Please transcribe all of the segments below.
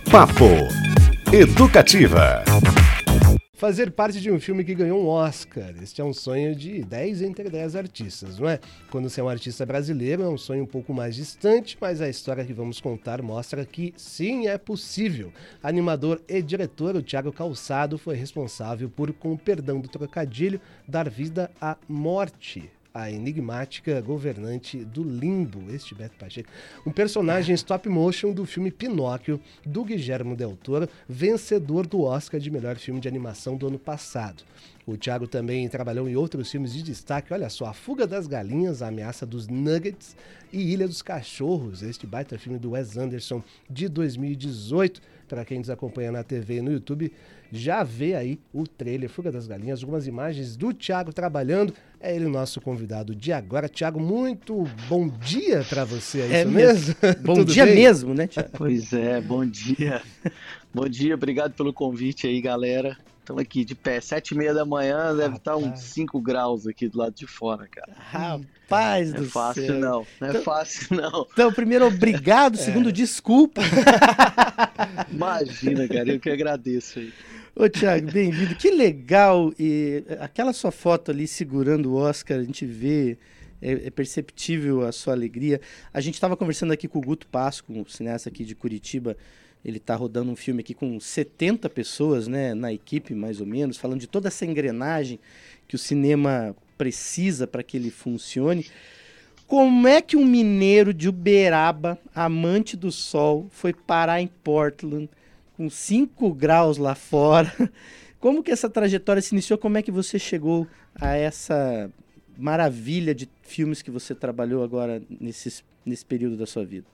Papo Educativa. Fazer parte de um filme que ganhou um Oscar. Este é um sonho de 10 entre 10 artistas, não é? Quando você é um artista brasileiro, é um sonho um pouco mais distante, mas a história que vamos contar mostra que sim, é possível. Animador e diretor, o Thiago Calçado, foi responsável por, com o perdão do trocadilho, dar vida à morte, a enigmática governante do limbo, este Beto Pacheco, um personagem stop motion do filme Pinóquio, do Guillermo del Toro, vencedor do Oscar de melhor filme de animação do ano passado. O Thiago também trabalhou em outros filmes de destaque, olha só, A Fuga das Galinhas, A Ameaça dos Nuggets e Ilha dos Cachorros, este baita filme do Wes Anderson de 2018. Para quem nos acompanha na TV e no YouTube, já vê aí o trailer Fuga das Galinhas, algumas imagens do Thiago trabalhando. É ele o nosso convidado de agora. Thiago, muito bom dia para você, é isso mesmo? Bom dia bem? mesmo, né, Thiago? Pois é, bom dia. Bom dia, obrigado pelo convite aí, galera. Estamos aqui de pé, 7h30 da manhã, deve estar uns 5 graus aqui do lado de fora, cara. Rapaz Não do é fácil céu. não, não é fácil não. Então, primeiro, obrigado. Segundo, desculpa. Imagina, cara, eu que agradeço aí. Ô, Thiago, bem-vindo. Que legal. E aquela sua foto ali segurando o Oscar, a gente vê, é perceptível a sua alegria. A gente estava conversando aqui com o Guto Pasco, um cineasta aqui de Curitiba. Ele está rodando um filme aqui com 70 pessoas, né, na equipe, mais ou menos, falando de toda essa engrenagem que o cinema precisa para que ele funcione. Como é que um mineiro de Uberaba, amante do sol, foi parar em Portland, com 5 graus lá fora? Como que essa trajetória se iniciou? Como é que você chegou a essa maravilha de filmes que você trabalhou agora nesse período da sua vida?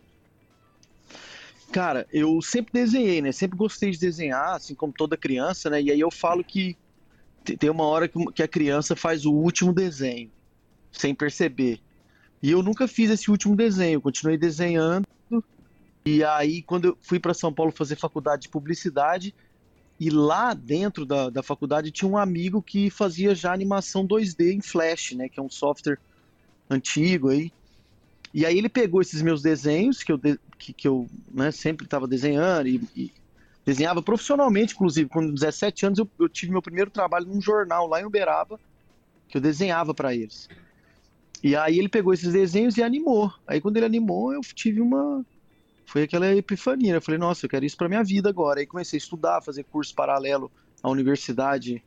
Cara, eu sempre desenhei, né? Sempre gostei de desenhar, assim como toda criança, né? E aí eu falo que tem uma hora que a criança faz o último desenho, sem perceber. E eu nunca fiz esse último desenho, continuei desenhando. E aí, quando eu fui para São Paulo fazer faculdade de publicidade, e lá dentro da faculdade tinha um amigo que fazia já animação 2D em Flash, né? Que é um software antigo aí. E aí ele pegou esses meus desenhos, que eu né, sempre estava desenhando, e desenhava profissionalmente, inclusive. Com 17 anos eu tive meu primeiro trabalho num jornal lá em Uberaba, que eu desenhava para eles. E aí ele pegou esses desenhos e animou. Aí quando ele animou, eu tive foi aquela epifania. Eu falei, nossa, eu quero isso para minha vida agora. Aí comecei a estudar, fazer curso paralelo à universidade.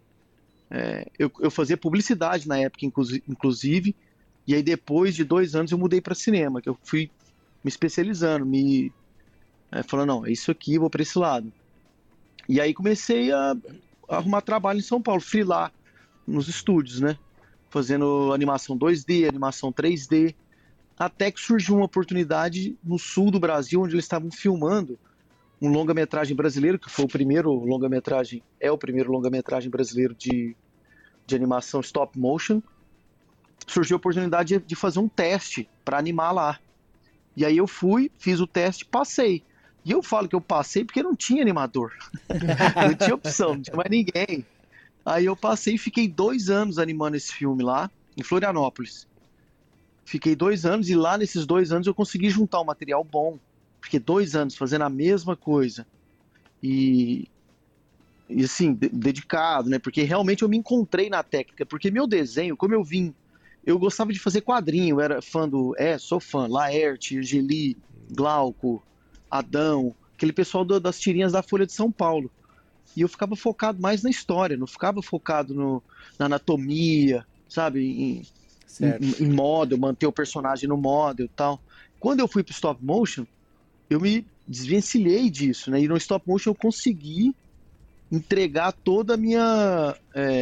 Eu fazia publicidade na época, inclusive. E aí depois de 2 anos eu mudei para cinema, que eu fui me especializando, falando, não, é isso aqui, vou para esse lado. E aí comecei a arrumar trabalho em São Paulo, freelar nos estúdios, né? Fazendo animação 2D, animação 3D, até que surgiu uma oportunidade no sul do Brasil, onde eles estavam filmando um longa-metragem brasileiro, que foi o primeiro longa-metragem brasileiro de animação stop motion. Surgiu a oportunidade de fazer um teste para animar lá. E aí eu fui, fiz o teste, passei. E eu falo que eu passei porque não tinha animador. Não tinha opção, não tinha mais ninguém. Aí eu passei e fiquei 2 anos animando esse filme lá, em Florianópolis. Fiquei 2 anos e lá nesses 2 anos eu consegui juntar um material bom. Fiquei 2 anos fazendo a mesma coisa. E assim, dedicado, né? Porque realmente eu me encontrei na técnica. Porque meu desenho, como eu gostava de fazer quadrinho, eu era fã sou fã, Laerte, Angeli, Glauco, Adão, aquele pessoal das tirinhas da Folha de São Paulo. E eu ficava focado mais na história, não ficava focado na anatomia, sabe, em model, manter o personagem no model e tal. Quando eu fui pro stop motion, eu me desvencilhei disso, né? E no stop motion eu consegui entregar toda a minha...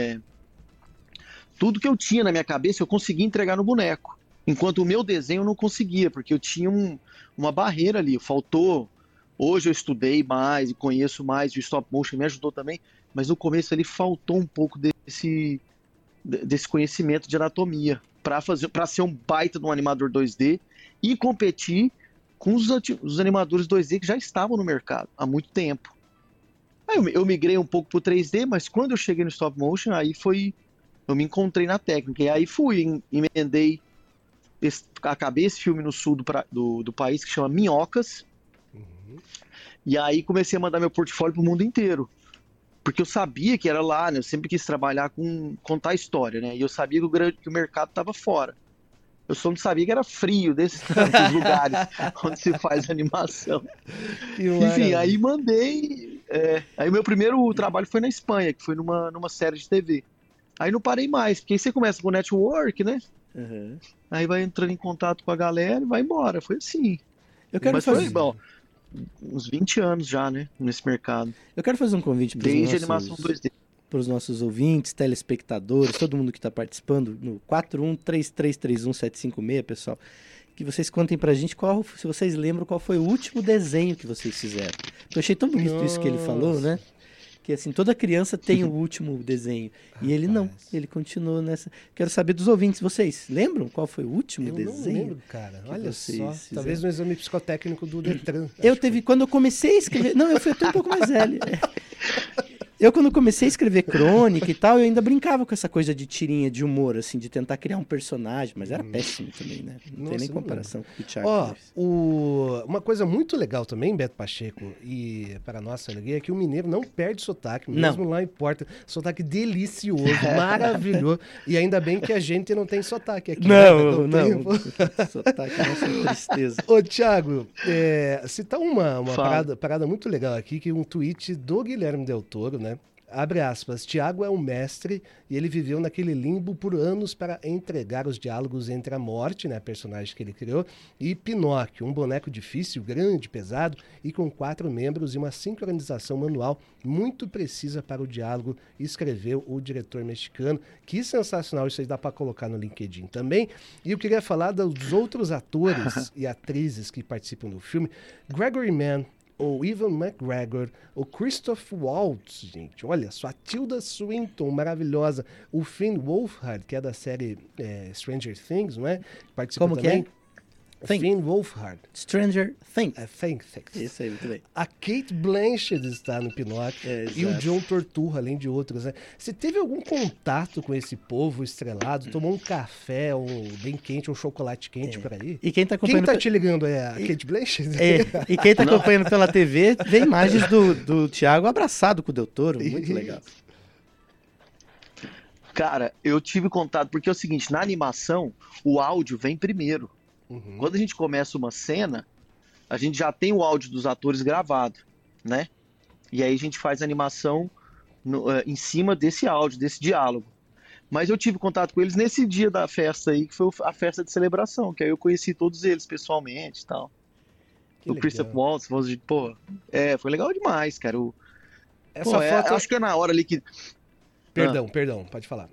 tudo que eu tinha na minha cabeça eu consegui entregar no boneco, enquanto o meu desenho eu não conseguia, porque eu tinha uma barreira ali, faltou. Hoje eu estudei mais e conheço mais, o stop motion me ajudou também, mas no começo ali faltou um pouco desse conhecimento de anatomia para ser um baita de um animador 2D e competir com os animadores 2D que já estavam no mercado há muito tempo. Aí eu migrei um pouco pro 3D, mas quando eu cheguei no stop motion, eu me encontrei na técnica, e aí emendei, acabei esse filme no sul do país, que chama Minhocas, E aí comecei a mandar meu portfólio pro mundo inteiro. Porque eu sabia que era lá, né? Eu sempre quis trabalhar com contar história, né? E eu sabia que o mercado estava fora. Eu só não sabia que era frio desses lugares onde se faz animação. Enfim, aí mandei. Aí meu primeiro trabalho foi na Espanha, que foi numa série de TV. Aí não parei mais, porque aí você começa com o network, né? Uhum. Aí vai entrando em contato com a galera e vai embora. Foi assim. Mas foi, bom, uns 20 anos já, né? Nesse mercado. Eu quero fazer um convite para Desde animação 2D. Para os nossos ouvintes, telespectadores, todo mundo que está participando, no 4133317756, pessoal, que vocês contem pra gente se vocês lembram qual foi o último desenho que vocês fizeram. Eu achei tão bonito isso que ele falou, né? Que assim, toda criança tem o último desenho. E ele não, ele continuou nessa. Quero saber dos ouvintes, vocês lembram qual foi o último desenho? Eu não lembro, cara. Olha só. fizeram? Talvez no exame psicotécnico do Detran. Quando eu comecei a escrever. Não, eu fui até um pouco mais velho. Quando comecei a escrever crônica e tal, eu ainda brincava com essa coisa de tirinha de humor, assim, de tentar criar um personagem, mas era péssimo também, né? Não tem nem comparação com o Thiago. Uma coisa muito legal também, Beto Pacheco, e para a nossa alegria, é que o mineiro não perde sotaque, mesmo lá em Porta. Sotaque delicioso, maravilhoso. E ainda bem que a gente não tem sotaque aqui. Não. Sotaque é uma tristeza. Ô, Thiago, citar uma parada muito legal aqui, que um tweet do Guilherme Del Toro, né? Abre aspas, Tiago é um mestre e ele viveu naquele limbo por anos para entregar os diálogos entre a morte, né, personagem que ele criou, e Pinóquio, um boneco difícil, grande, pesado e com 4 membros e uma sincronização manual muito precisa para o diálogo, escreveu o diretor mexicano. Que sensacional, isso aí dá para colocar no LinkedIn também. E eu queria falar dos outros atores e atrizes que participam do filme. Gregory Mann, o Ewan McGregor, o Christoph Waltz, gente, olha só, a Tilda Swinton, maravilhosa, o Finn Wolfhard, que é da série Stranger Things, não é? Participa Como também. que é? Finn Wolfhard. Stranger Things. Things. Isso aí, muito bem. A Kate Blanchett está no Pinóquio e o John Turturro, além de outros, né? Você teve algum contato com esse povo estrelado? Tomou um café, bem quente, um chocolate quente por aí? E quem tá acompanhando... Quem tá te ligando é a Kate Blanchett? E quem tá acompanhando pela TV, vê imagens do Thiago abraçado com o Del Toro, muito legal. Cara, eu tive contato, porque é o seguinte, na animação, o áudio vem primeiro. Uhum. Quando a gente começa uma cena, a gente já tem o áudio dos atores gravado, né? E aí a gente faz a animação em cima desse áudio, desse diálogo. Mas eu tive contato com eles nesse dia da festa aí, que foi a festa de celebração, que aí eu conheci todos eles pessoalmente e tal. O Christopher Waltz, pô, foi legal demais, cara. Essa foto... acho que é na hora ali que... Perdão, pode falar.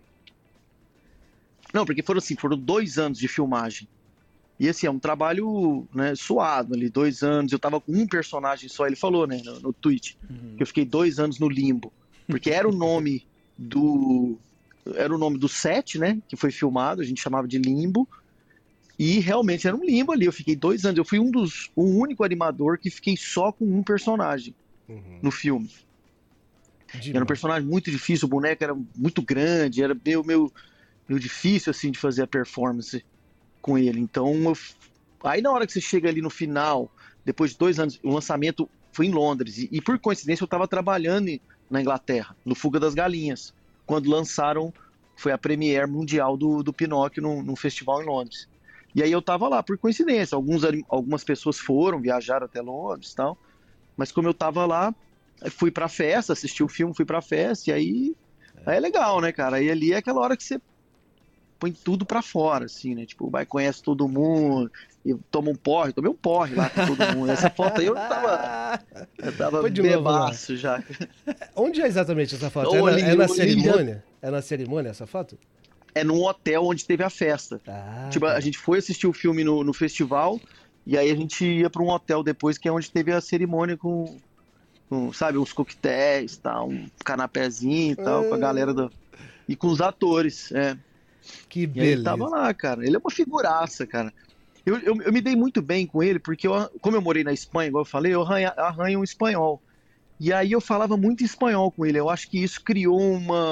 Não, porque foram 2 anos de filmagem. E assim, é um trabalho, né, suado ali, 2 anos. Eu tava com um personagem só, ele falou, né, no tweet, que eu fiquei 2 anos no limbo. Porque era o nome do set, né, que foi filmado, a gente chamava de limbo. E realmente era um limbo ali, eu fiquei 2 anos. Eu fui o único animador que fiquei só com um personagem no filme. Era um personagem muito difícil, o boneco era muito grande, era meio difícil, assim, de fazer a performance com ele. Então, aí na hora que você chega ali no final, depois de 2 anos, o lançamento foi em Londres. E por coincidência eu estava trabalhando na Inglaterra, no Fuga das Galinhas, quando lançaram, foi a premiere mundial do Pinóquio num festival em Londres. E aí eu estava lá, por coincidência. Algumas pessoas viajaram até Londres e tal. Mas como eu estava lá, fui pra festa, assisti o filme, fui pra festa, e aí é legal, né, cara? Aí ali é aquela hora que você põe tudo pra fora, assim, né? Tipo, conhece todo mundo, e toma um porre. Tomei um porre lá com todo mundo. Essa foto aí eu tava bebaço já. Onde é exatamente essa foto? É na cerimônia? É na cerimônia essa foto? É num hotel onde teve a festa. A gente foi assistir o filme no festival, e aí a gente ia pra um hotel depois, que é onde teve a cerimônia com sabe, uns coquetéis, tal, um canapézinho e tal, com a galera e com os atores, Que beleza. Ele tava lá, cara. Ele é uma figuraça, cara. Eu me dei muito bem com ele, porque como eu morei na Espanha, igual eu falei, eu arranho um espanhol. E aí eu falava muito espanhol com ele. Eu acho que isso criou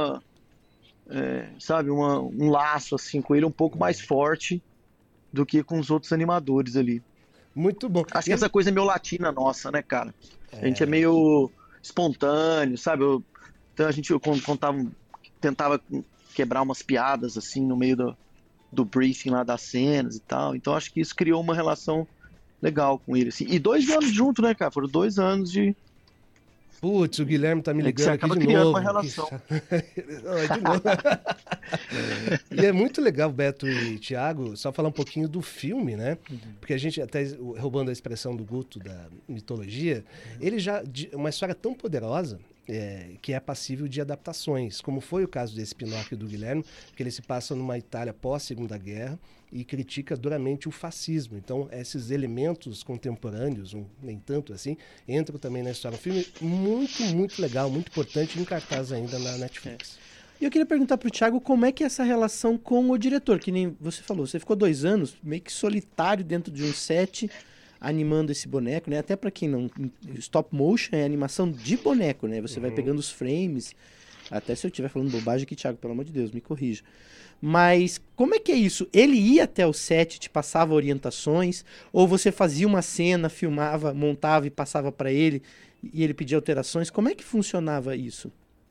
um laço, assim, com ele um pouco mais forte do que com os outros animadores ali. Muito bom. Acho que essa coisa é meio latina nossa, né, cara? A gente é meio espontâneo, sabe? Então eu tentava quebrar umas piadas assim no meio do briefing lá das cenas e tal. Então acho que isso criou uma relação legal com ele, assim. E 2 anos junto, né, cara? Foram 2 anos de... Putz, o Guilherme tá me ligando você aqui acaba de criando novo. uma relação. Não, é de novo. E é muito legal, Beto e Thiago, só falar um pouquinho do filme, né? Porque a gente, até roubando a expressão do Guto da mitologia, ele já... Uma história tão poderosa... que é passível de adaptações, como foi o caso desse Pinóquio do Guilherme, que ele se passa numa Itália pós-Segunda Guerra e critica duramente o fascismo. Então, esses elementos contemporâneos, nem tanto assim, entram também na história do filme. Muito, muito legal, muito importante, em cartaz ainda na Netflix. E eu queria perguntar pro Thiago como é que é essa relação com o diretor, que nem você falou, você ficou 2 anos meio que solitário dentro de um set, animando esse boneco, né? Até para quem não... Stop motion é animação de boneco, né? Você vai pegando os frames. Até se eu estiver falando bobagem aqui, Thiago, pelo amor de Deus, me corrija. Mas como é que é isso? Ele ia até o set, te passava orientações? Ou você fazia uma cena, filmava, montava e passava para ele e ele pedia alterações? Como é que funcionava isso?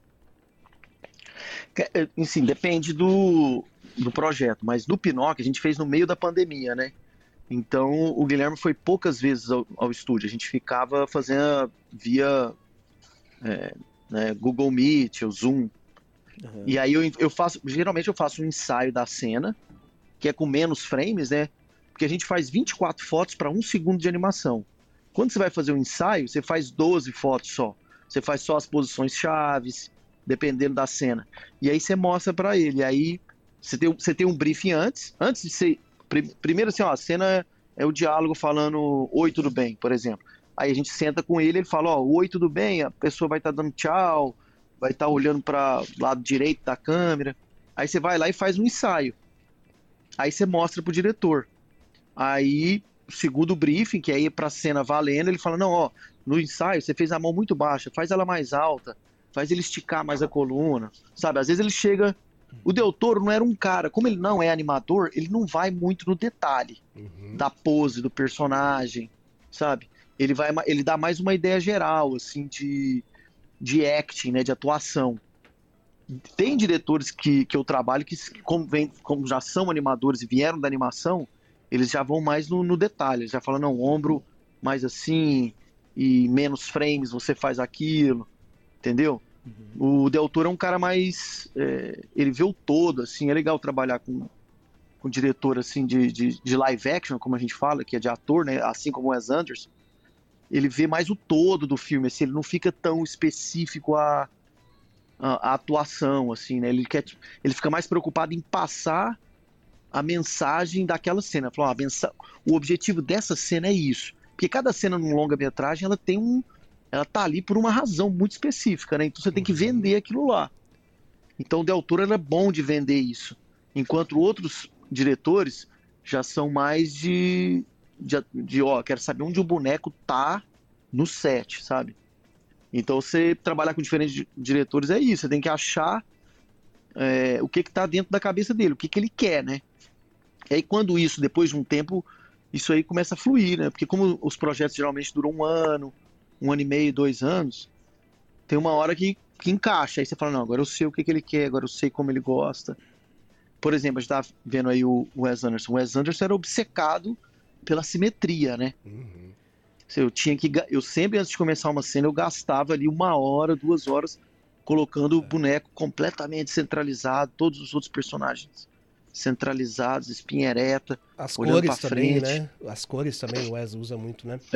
Assim, depende do projeto. Mas no Pinóquio a gente fez no meio da pandemia, né? Então, o Guilherme foi poucas vezes ao estúdio. A gente ficava fazendo via Google Meet, ou Zoom. Uhum. E aí geralmente eu faço um ensaio da cena, que é com menos frames, né? Porque a gente faz 24 fotos para 1 segundo de animação. Quando você vai fazer um ensaio, você faz 12 fotos só. Você faz só as posições chaves, dependendo da cena. E aí você mostra para ele. E aí você tem um briefing antes de ser... Primeiro assim, ó, a cena é o diálogo falando oi, tudo bem, por exemplo. Aí a gente senta com ele fala, ó, oi, tudo bem? A pessoa vai estar dando tchau, vai estar olhando para o lado direito da câmera. Aí você vai lá e faz um ensaio. Aí você mostra pro diretor. Aí, segundo o briefing, que aí é pra cena valendo, ele fala, não, ó, no ensaio você fez a mão muito baixa, faz ela mais alta, faz ele esticar mais a coluna, sabe? Às vezes ele chega... O Del Toro não era um cara, como ele não é animador, ele não vai muito no detalhe da pose do personagem, sabe? Ele dá mais uma ideia geral, assim, de acting, né, de atuação. Tem diretores que eu trabalho que, como já são animadores e vieram da animação, eles já vão mais no detalhe. Eles já falam, não, ombro mais assim, e menos frames você faz aquilo, entendeu? O Del Toro é um cara mais... ele vê o todo, assim, é legal trabalhar com diretor, assim, de live action, como a gente fala, que é de ator, né, assim como o Wes Anderson. Ele vê mais o todo do filme, assim, ele não fica tão específico a atuação, assim, né, ele fica mais preocupado em passar a mensagem daquela cena. Falou, o objetivo dessa cena é isso, porque cada cena num longa-metragem, ela tá ali por uma razão muito específica, né? Então você tem que vender aquilo lá. Então o Del Toro era bom de vender isso. Enquanto outros diretores já são mais quero saber onde o boneco tá no set, sabe? Então você trabalhar com diferentes diretores é isso. Você tem que achar o que tá dentro da cabeça dele, o que ele quer, né? E aí quando isso, depois de um tempo, isso aí começa a fluir, né? Porque como os projetos geralmente duram 1 ano, 1 ano e meio, 2 anos, tem uma hora que encaixa. Aí você fala, não, agora eu sei o que ele quer, agora eu sei como ele gosta. Por exemplo, a gente tava vendo aí o Wes Anderson. O Wes Anderson era obcecado pela simetria, né? Eu sempre, antes de começar uma cena, eu gastava ali 1 hora, 2 horas, colocando o boneco completamente centralizado, todos os outros personagens centralizados, espinha ereta, as olhando cores pra também, frente. né? As cores também o Wes usa muito, né?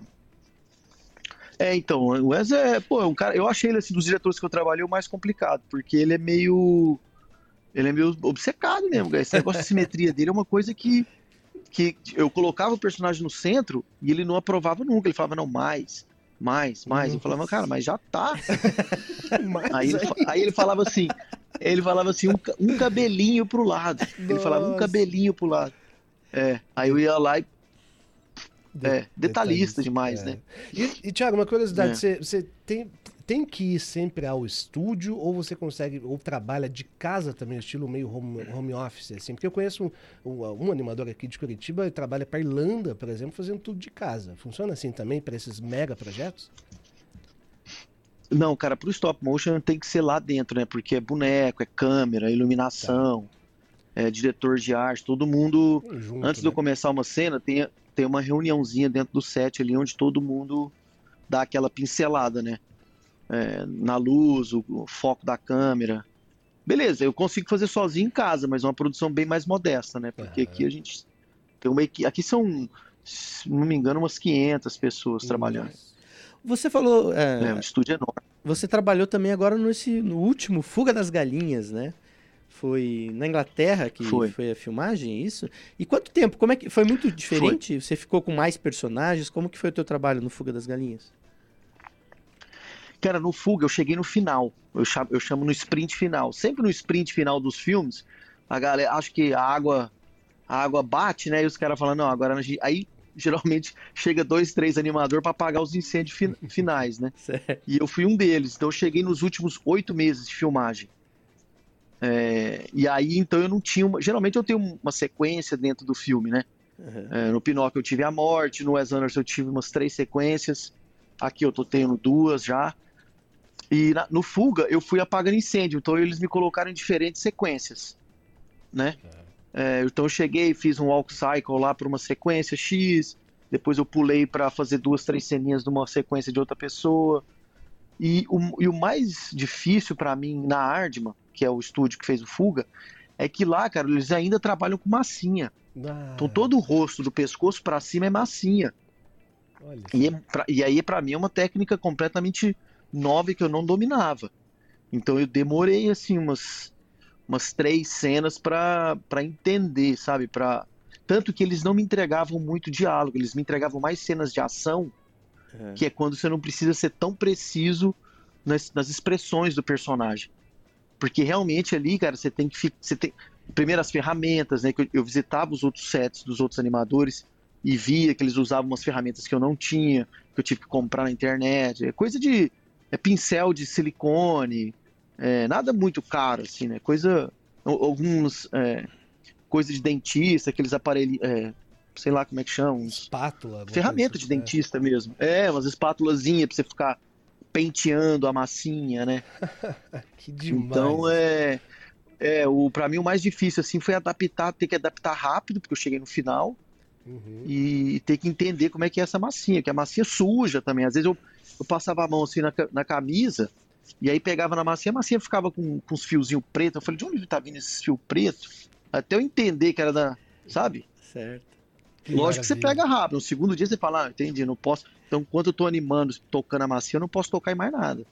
Então, o Wes um cara, eu achei ele, assim, dos diretores que eu trabalhei, o mais complicado, porque ele é meio obcecado mesmo, cara. Esse negócio de simetria dele é uma coisa que eu colocava o personagem no centro e ele não aprovava nunca, ele falava, não, mais. Eu falava, cara, mas já tá. Aí ele falava assim, um cabelinho pro lado. Ele falava, um cabelinho pro lado. Aí eu ia lá e detalhista demais, né? E Thiago, uma curiosidade, você tem tem que ir sempre ao estúdio ou você consegue, ou trabalha de casa também, estilo meio home office, assim? Porque eu conheço um animador aqui de Curitiba e trabalha para Irlanda, por exemplo, fazendo tudo de casa. Funciona assim também para esses mega projetos? Não, cara, pro stop motion tem que ser lá dentro, né? Porque é boneco, é câmera, iluminação, é diretor de arte, todo mundo. Junto, Antes de eu começar uma cena, tem uma reuniãozinha dentro do set ali, onde todo mundo dá aquela pincelada, né? Na luz, o foco da câmera. Beleza, eu consigo fazer sozinho em casa, mas é uma produção bem mais modesta, né? Porque aqui a gente tem uma equipe. Aqui são, se não me engano, umas 500 pessoas trabalhando. Você falou. É um estúdio enorme. Você trabalhou também agora no último Fuga das Galinhas, né? Foi na Inglaterra que foi a filmagem, isso? E quanto tempo? Como é que foi muito diferente? Você ficou com mais personagens? Como que foi o teu trabalho no Fuga das Galinhas? Cara, no Fuga eu cheguei no final. Eu chamo no sprint final. Sempre no sprint final dos filmes, a galera, acho que a água bate, né? E os caras falam, não, agora a gente... Aí geralmente chega 2, 3 animadores para apagar os incêndios finais, né? Certo. E eu fui um deles. Então eu cheguei nos últimos 8 meses de filmagem. E aí, então eu não tinha... Geralmente eu tenho uma sequência dentro do filme, né? Uhum. No Pinóquio eu tive a morte, no Wes Anderson eu tive umas 3 sequências. Aqui eu tô tendo 2 já. E no Fuga eu fui apagando incêndio, então eles me colocaram em diferentes sequências, né? Então eu cheguei, fiz um walk cycle lá por uma sequência X, depois eu pulei para fazer 2, 3 ceninhas de uma sequência de outra pessoa. E o mais difícil para mim na Aardman, que é o estúdio que fez o Fuga, é que lá, cara, eles ainda trabalham com massinha. Então todo o rosto do pescoço para cima é massinha. E aí para mim é uma técnica completamente nova que eu não dominava. Então eu demorei assim umas 3 cenas para entender, sabe? Tanto que eles não me entregavam muito diálogo, eles me entregavam mais cenas de ação, que é quando você não precisa ser tão preciso nas expressões do personagem. Porque realmente ali, cara, você tem primeiro as ferramentas, né? Que eu visitava os outros sets dos outros animadores e via que eles usavam umas ferramentas que eu não tinha, que eu tive que comprar na internet. É coisa de pincel de silicone, nada muito caro, assim, né? Alguns coisas de dentista, aqueles aparelhos, sei lá como é que chama, espátula, ferramenta de dentista mesmo. Umas espátulazinhas pra você ficar penteando a massinha, né? Que demais. Então, pra mim o mais difícil, assim, foi ter que adaptar rápido, porque eu cheguei no final, e ter que entender como é que é essa massinha, que a massinha suja também. Às vezes eu passava a mão assim na camisa, e aí pegava na massinha, a massinha ficava com uns fiozinhos pretos. Eu falei, de onde tá vindo esse fio preto? Até eu entender que era sabe? Certo. Lógico que você pega rápido. No segundo dia você fala, entendi, não posso. Então, enquanto eu tô animando, tocando a massinha, eu não posso tocar em mais nada.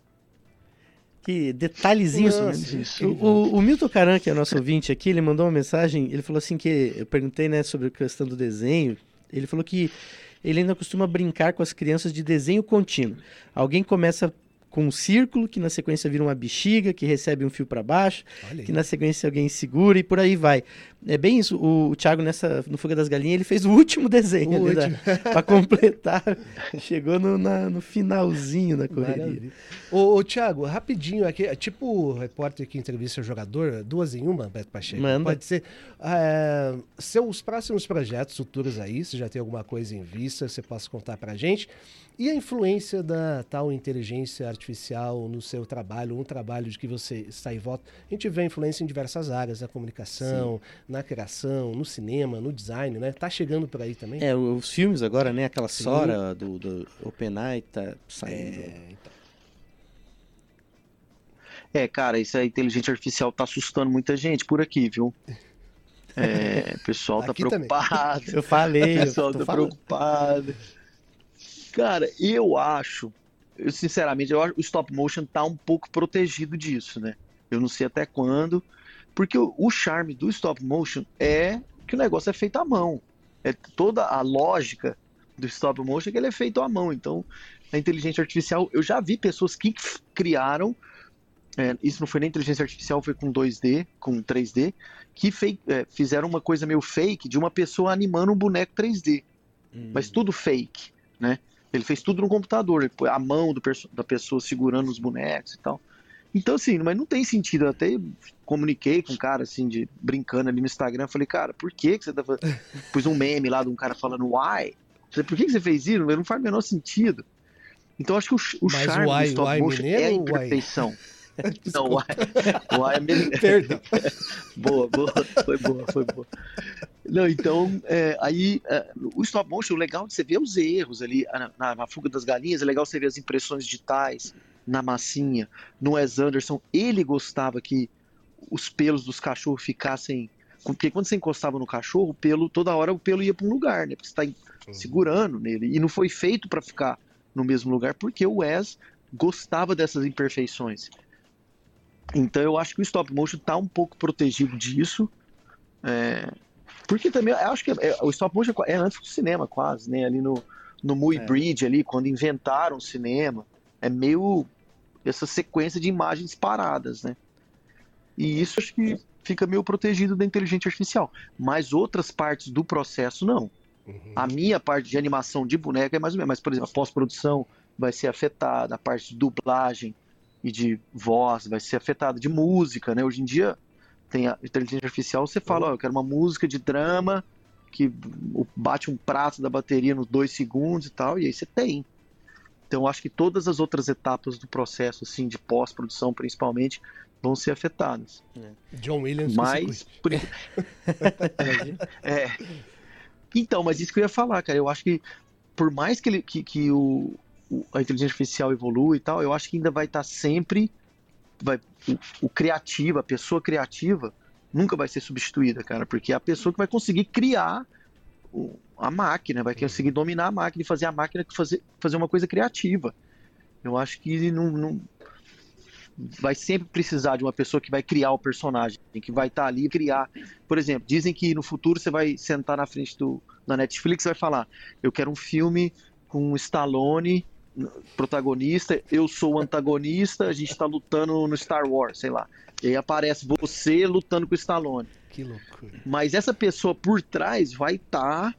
Que detalhezinhos. O Milton Caran, que é nosso ouvinte aqui, ele mandou uma mensagem, ele falou assim que, eu perguntei, né, sobre a questão do desenho, ele falou que ele ainda costuma brincar com as crianças de desenho contínuo. Alguém começa com um círculo, que na sequência vira uma bexiga, que recebe um fio para baixo, que na sequência alguém segura e por aí vai. É bem isso. O Thiago, no Fuga das Galinhas, ele fez o último desenho para completar. Chegou no finalzinho da correria. Ô, Thiago, rapidinho aqui, tipo o repórter que entrevista o jogador, 2 em 1, Beto Pacheco. Manda. Pode ser. Seus próximos projetos futuros aí, se já tem alguma coisa em vista, você possa contar pra gente. E a influência da tal inteligência artificial no seu trabalho, um trabalho de que você está em volta. A gente vê a influência em diversas áreas, na comunicação, na criação, no cinema, no design, né? Tá chegando por aí também? Os filmes agora, né? Aquela Sora do OpenAI tá saindo. Cara, isso a inteligência artificial tá assustando muita gente por aqui, viu? O pessoal tá preocupado. Eu falei, o pessoal tá preocupado. Cara, sinceramente, eu acho que o stop motion tá um pouco protegido disso, né? Eu não sei até quando, porque o charme do stop motion é que o negócio é feito à mão. Toda a lógica do stop motion é que ele é feito à mão. Então, a inteligência artificial, eu já vi pessoas que criaram, isso não foi nem inteligência artificial, foi com 2D, com 3D, que fizeram uma coisa meio fake de uma pessoa animando um boneco 3D. Mas tudo fake, né? Ele fez tudo no computador, ele põe a mão da pessoa segurando os bonecos e tal. Então, assim, mas não tem sentido. Eu até comuniquei com um cara, assim, brincando ali no Instagram. Falei, cara, por que você tá fazendo? Pus um meme lá de um cara falando why. Falei, por que você fez isso? Não faz o menor sentido. Então, acho que o charme do stop motion é a imperfeição. Não, why é meio... Perdão. Boa, foi boa. Não, então, o stop motion, o legal de você ver os erros ali na fuga das galinhas, é legal você ver as impressões digitais na massinha. No Wes Anderson, ele gostava que os pelos dos cachorros ficassem... Porque quando você encostava no cachorro, toda hora o pelo ia para um lugar, né? Porque você está segurando nele. E não foi feito para ficar no mesmo lugar, porque o Wes gostava dessas imperfeições. Então eu acho que o stop motion está um pouco protegido disso. Porque também, eu acho que o stop motion é antes do cinema quase, né? Ali no Muybridge, ali, quando inventaram o cinema, é meio essa sequência de imagens paradas, né? E isso acho que fica meio protegido da inteligência artificial. Mas outras partes do processo, não. A minha parte de animação de boneca é mais ou menos. Mas, por exemplo, a pós-produção vai ser afetada, a parte de dublagem e de voz vai ser afetada, de música, né? Hoje em dia tem a inteligência artificial, você fala, eu quero uma música de drama que bate um prato da bateria nos 2 segundos e tal, e aí você tem. Então, acho que todas as outras etapas do processo, assim, de pós-produção, principalmente, vão ser afetadas. John Williams. Mas, então, mas isso que eu ia falar, cara, eu acho que por mais que a inteligência artificial evolua e tal, eu acho que ainda vai estar sempre... o criativo, a pessoa criativa nunca vai ser substituída, cara, porque é a pessoa que vai conseguir criar a máquina, vai conseguir dominar a máquina e fazer a máquina fazer uma coisa criativa. Eu acho que não vai sempre precisar de uma pessoa que vai criar o personagem, que vai estar ali e criar. Por exemplo, dizem que no futuro você vai sentar na frente da Netflix e vai falar, eu quero um filme com Stallone protagonista, eu sou o antagonista, a gente tá lutando no Star Wars, sei lá. E aí aparece você lutando com o Stallone. Que loucura. Mas essa pessoa por trás vai estar...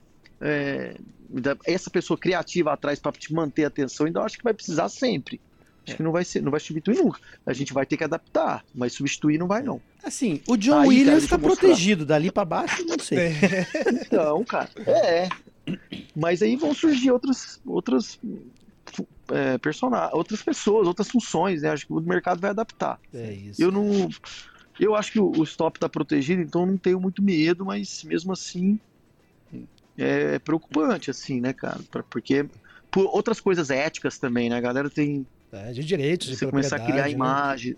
essa pessoa criativa atrás para te manter a atenção, ainda acho que vai precisar sempre. Acho que não vai substituir nunca. A gente vai ter que adaptar, mas substituir não vai, não. Assim, o John Williams está protegido, dali para baixo, não sei. Então, cara, mas aí vão surgir outras pessoas, outras funções, né? Acho que o mercado vai adaptar. É isso. Eu acho que o stop está protegido, então eu não tenho muito medo, mas mesmo assim é preocupante, assim, né, cara? Porque por outras coisas éticas também, né? A galera tem de direitos, de você começar a criar imagem.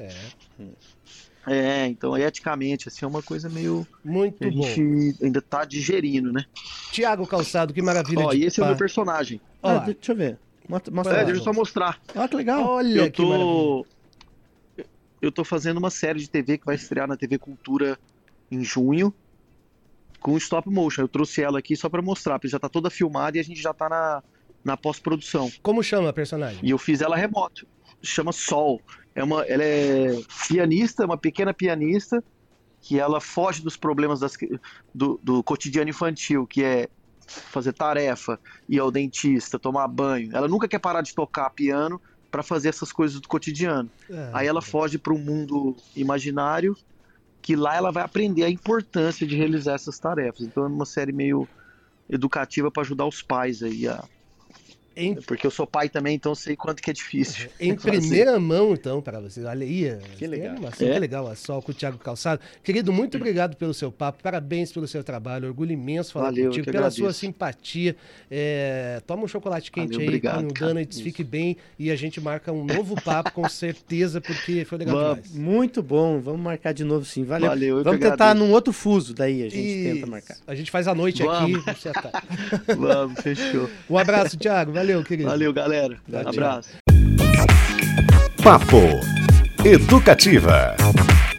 Então eticamente, assim, é uma coisa meio... Muito bom. A gente ainda tá digerindo, né? Tiago Calçado, que maravilha. E esse é o meu personagem. Deixa eu ver. Mostra deixa eu só mostrar. Que legal. Olha que maravilha. Eu tô fazendo uma série de TV que vai estrear na TV Cultura em junho, com stop motion. Eu trouxe ela aqui só pra mostrar, porque já tá toda filmada e a gente já tá na pós-produção. Como chama a personagem? E eu fiz ela remoto. Chama Sol. Ela é pianista, uma pequena pianista, que ela foge dos problemas do cotidiano infantil, que é fazer tarefa, ir ao dentista, tomar banho. Ela nunca quer parar de tocar piano para fazer essas coisas do cotidiano. Aí ela foge para um mundo imaginário, que lá ela vai aprender a importância de realizar essas tarefas. Então é uma série meio educativa para ajudar os pais aí porque eu sou pai também, então sei quanto que é difícil. Em primeira mão, então, para vocês. Olha aí. Que legal. Que legal, a Sol com o Tiago Calçado. Querido, muito obrigado pelo seu papo, parabéns pelo seu trabalho, orgulho imenso falar contigo, pela agradeço. sua simpatia. Toma um chocolate quente aí, come um donuts, fique bem, e a gente marca um novo papo, com certeza, porque foi legal demais. Muito bom, vamos marcar de novo sim, valeu. Eu vamos tentar num outro fuso, daí a gente tenta marcar. A gente faz à noite aqui, você tá. Vamos, fechou. Um abraço, Tiago, valeu, querido. Valeu, galera. Abraço. Papo Educativa.